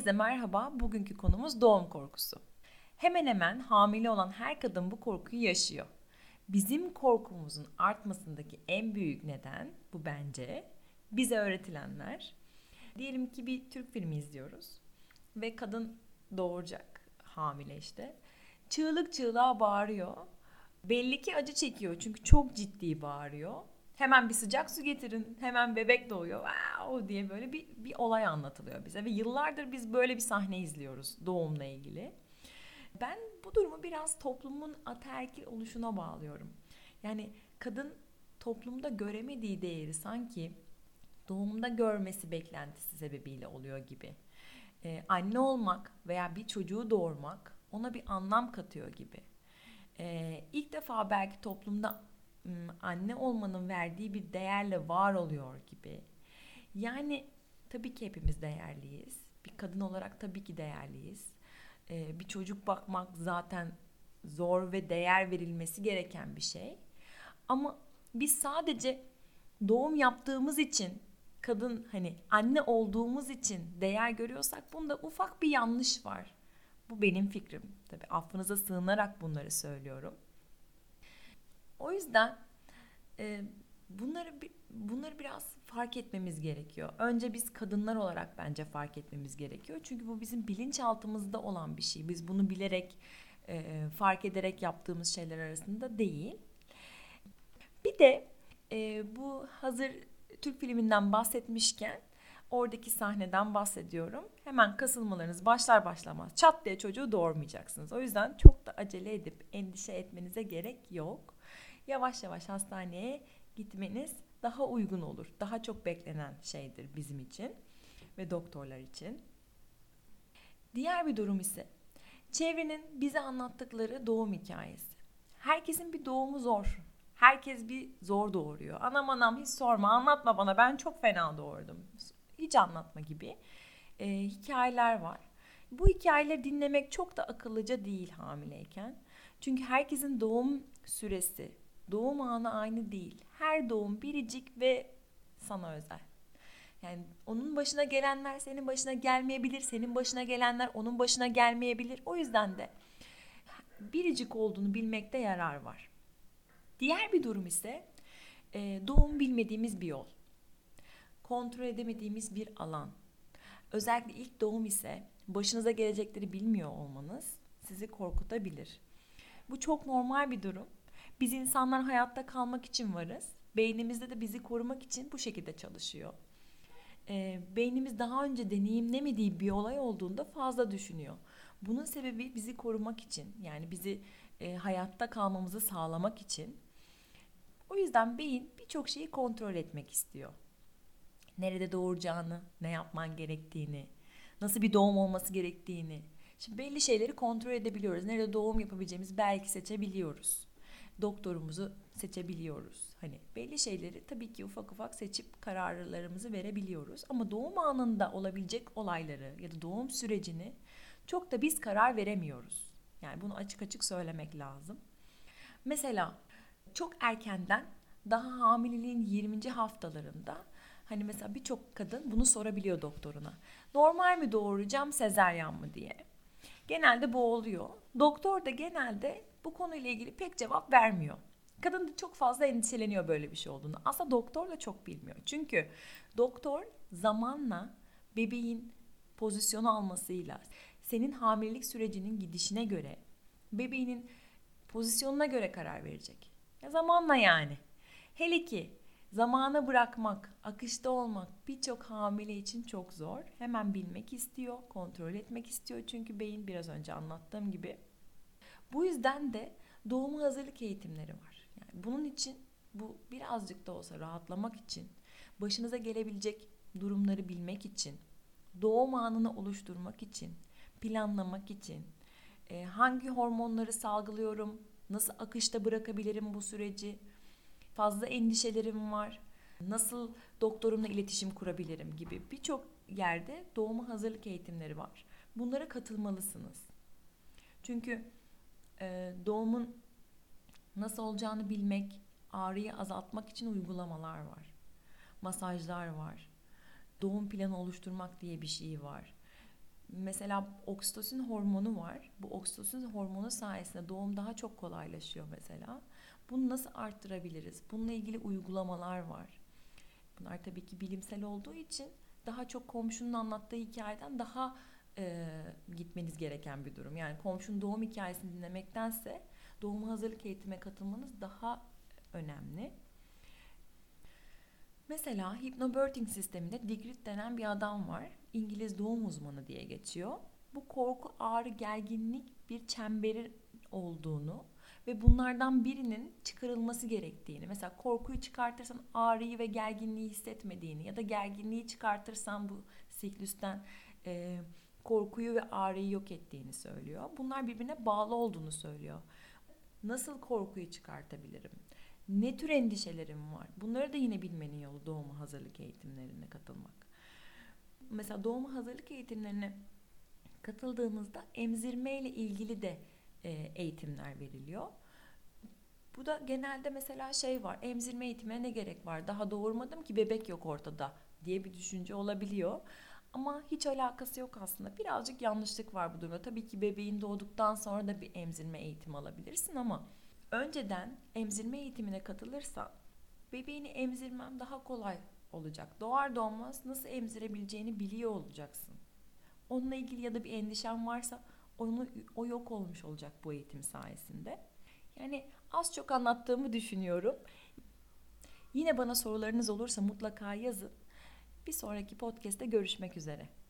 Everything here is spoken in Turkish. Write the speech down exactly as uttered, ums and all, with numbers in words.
Herkese merhaba. Bugünkü konumuz doğum korkusu. Hemen hemen hamile olan her kadın bu korkuyu yaşıyor. Bizim korkumuzun artmasındaki en büyük neden bu bence bize öğretilenler. Diyelim ki bir Türk filmi izliyoruz ve kadın doğuracak, hamile işte. Çığlık çığlığa bağırıyor. Belli ki acı çekiyor çünkü çok ciddi bağırıyor. Hemen bir sıcak su getirin, hemen bebek doğuyor wow diye böyle bir, bir olay anlatılıyor bize. Ve yıllardır biz böyle bir sahne izliyoruz doğumla ilgili. Ben bu durumu biraz toplumun ataerkil oluşuna bağlıyorum. Yani kadın toplumda göremediği değeri sanki doğumda görmesi beklentisi sebebiyle oluyor gibi. Ee, anne olmak veya bir çocuğu doğurmak ona bir anlam katıyor gibi. Ee, ilk defa belki toplumda anne olmanın verdiği bir değerle var oluyor gibi. Yani tabii ki hepimiz değerliyiz. Bir kadın olarak tabii ki değerliyiz. Ee, bir çocuk bakmak zaten zor ve değer verilmesi gereken bir şey. Ama biz sadece doğum yaptığımız için, kadın hani anne olduğumuz için değer görüyorsak bunda ufak bir yanlış var. Bu benim fikrim. Tabii affınıza sığınarak bunları söylüyorum. O yüzden e, bunları bunları biraz fark etmemiz gerekiyor. Önce biz kadınlar olarak bence fark etmemiz gerekiyor. Çünkü bu bizim bilinçaltımızda olan bir şey. Biz bunu bilerek, e, fark ederek yaptığımız şeyler arasında değil. Bir de e, bu hazır Türk filminden bahsetmişken oradaki sahneden bahsediyorum. Hemen kasılmalarınız başlar başlamaz çat diye çocuğu doğurmayacaksınız. O yüzden çok da acele edip endişe etmenize gerek yok. Yavaş yavaş hastaneye gitmeniz daha uygun olur. Daha çok beklenen şeydir bizim için ve doktorlar için. Diğer bir durum ise çevrenin bize anlattıkları doğum hikayesi. Herkesin bir doğumu zor. Herkes bir zor doğuruyor. Anam anam hiç sorma, anlatma bana, ben çok fena doğurdum. Hiç anlatma gibi e, hikayeler var. Bu hikayeleri dinlemek çok da akıllıca değil hamileyken. Çünkü herkesin doğum süresi, doğum anı aynı değil. Her doğum biricik ve sana özel. Yani onun başına gelenler senin başına gelmeyebilir. Senin başına gelenler onun başına gelmeyebilir. O yüzden de biricik olduğunu bilmekte yarar var. Diğer bir durum ise e, doğum bilmediğimiz bir yol. Kontrol edemediğimiz bir alan. Özellikle ilk doğum ise başınıza gelecekleri bilmiyor olmanız sizi korkutabilir. Bu çok normal bir durum. Biz insanlar hayatta kalmak için varız. Beynimizde de bizi korumak için bu şekilde çalışıyor. E, beynimiz daha önce deneyimlemediği bir olay olduğunda fazla düşünüyor. Bunun sebebi bizi korumak için, yani bizi e, hayatta kalmamızı sağlamak için. O yüzden beyin birçok şeyi kontrol etmek istiyor. Nerede doğuracağını, ne yapman gerektiğini, nasıl bir doğum olması gerektiğini. Şimdi belli şeyleri kontrol edebiliyoruz. Nerede doğum yapabileceğimizi belki seçebiliyoruz. Doktorumuzu seçebiliyoruz. Hani belli şeyleri tabii ki ufak ufak seçip kararlarımızı verebiliyoruz. Ama doğum anında olabilecek olayları ya da doğum sürecini çok da biz karar veremiyoruz. Yani bunu açık açık söylemek lazım. Mesela çok erkenden, daha hamileliğin yirminci haftalarında, hani mesela birçok kadın bunu sorabiliyor doktoruna. Normal mi doğuracağım, sezaryen mı diye. Genelde bu oluyor. Doktor da genelde bu konuyla ilgili pek cevap vermiyor. Kadın da çok fazla endişeleniyor böyle bir şey olduğunu. Aslında doktor da çok bilmiyor. Çünkü doktor zamanla bebeğin pozisyonu almasıyla, senin hamilelik sürecinin gidişine göre, bebeğinin pozisyonuna göre karar verecek. Ya zamanla yani. Hele ki zamana bırakmak, akışta olmak birçok hamile için çok zor. Hemen bilmek istiyor, kontrol etmek istiyor çünkü beyin, biraz önce anlattığım gibi. Bu yüzden de doğuma hazırlık eğitimleri var. Yani bunun için, bu birazcık da olsa rahatlamak için, başınıza gelebilecek durumları bilmek için, doğum anını oluşturmak için, planlamak için, e, hangi hormonları salgılıyorum, nasıl akışta bırakabilirim bu süreci, fazla endişelerim var, nasıl doktorumla iletişim kurabilirim gibi birçok yerde doğuma hazırlık eğitimleri var. Bunlara katılmalısınız. Çünkü e, doğumun nasıl olacağını bilmek, ağrıyı azaltmak için uygulamalar var. Masajlar var. Doğum planı oluşturmak diye bir şey var. Mesela oksitosin hormonu var. Bu oksitosin hormonu sayesinde doğum daha çok kolaylaşıyor mesela. Bunu nasıl arttırabiliriz? Bununla ilgili uygulamalar var. Bunlar tabii ki bilimsel olduğu için daha çok komşunun anlattığı hikayeden daha e, gitmeniz gereken bir durum. Yani komşunun doğum hikayesini dinlemektense doğuma hazırlık eğitime katılmanız daha önemli. Mesela hypnobirthing sisteminde Digrit denen bir adam var. İngiliz doğum uzmanı diye geçiyor. Bu korku, ağrı, gerginlik bir çemberi olduğunu ve bunlardan birinin çıkarılması gerektiğini, mesela korkuyu çıkartırsan ağrıyı ve gerginliği hissetmediğini ya da gerginliği çıkartırsan bu siklüsten e, korkuyu ve ağrıyı yok ettiğini söylüyor. Bunlar birbirine bağlı olduğunu söylüyor. Nasıl korkuyu çıkartabilirim? Ne tür endişelerim var? Bunları da yine bilmenin yolu doğuma hazırlık eğitimlerine katılmak. Mesela doğuma hazırlık eğitimlerine katıldığınızda emzirme ile ilgili de e, eğitimler veriliyor. Bu da genelde mesela şey var, emzirme eğitimine ne gerek var? Daha doğurmadım ki, bebek yok ortada diye bir düşünce olabiliyor. Ama hiç alakası yok aslında. Birazcık yanlışlık var bu durumda. Tabii ki bebeğin doğduktan sonra da bir emzirme eğitimi alabilirsin ama önceden emzirme eğitimine katılırsan bebeğini emzirmem daha kolay olacak. Doğar doğmaz nasıl emzirebileceğini biliyor olacaksın. Onunla ilgili ya da bir endişen varsa onu, o yok olmuş olacak bu eğitim sayesinde. Yani az çok anlattığımı düşünüyorum. Yine bana sorularınız olursa mutlaka yazın. Bir sonraki podcast'te görüşmek üzere.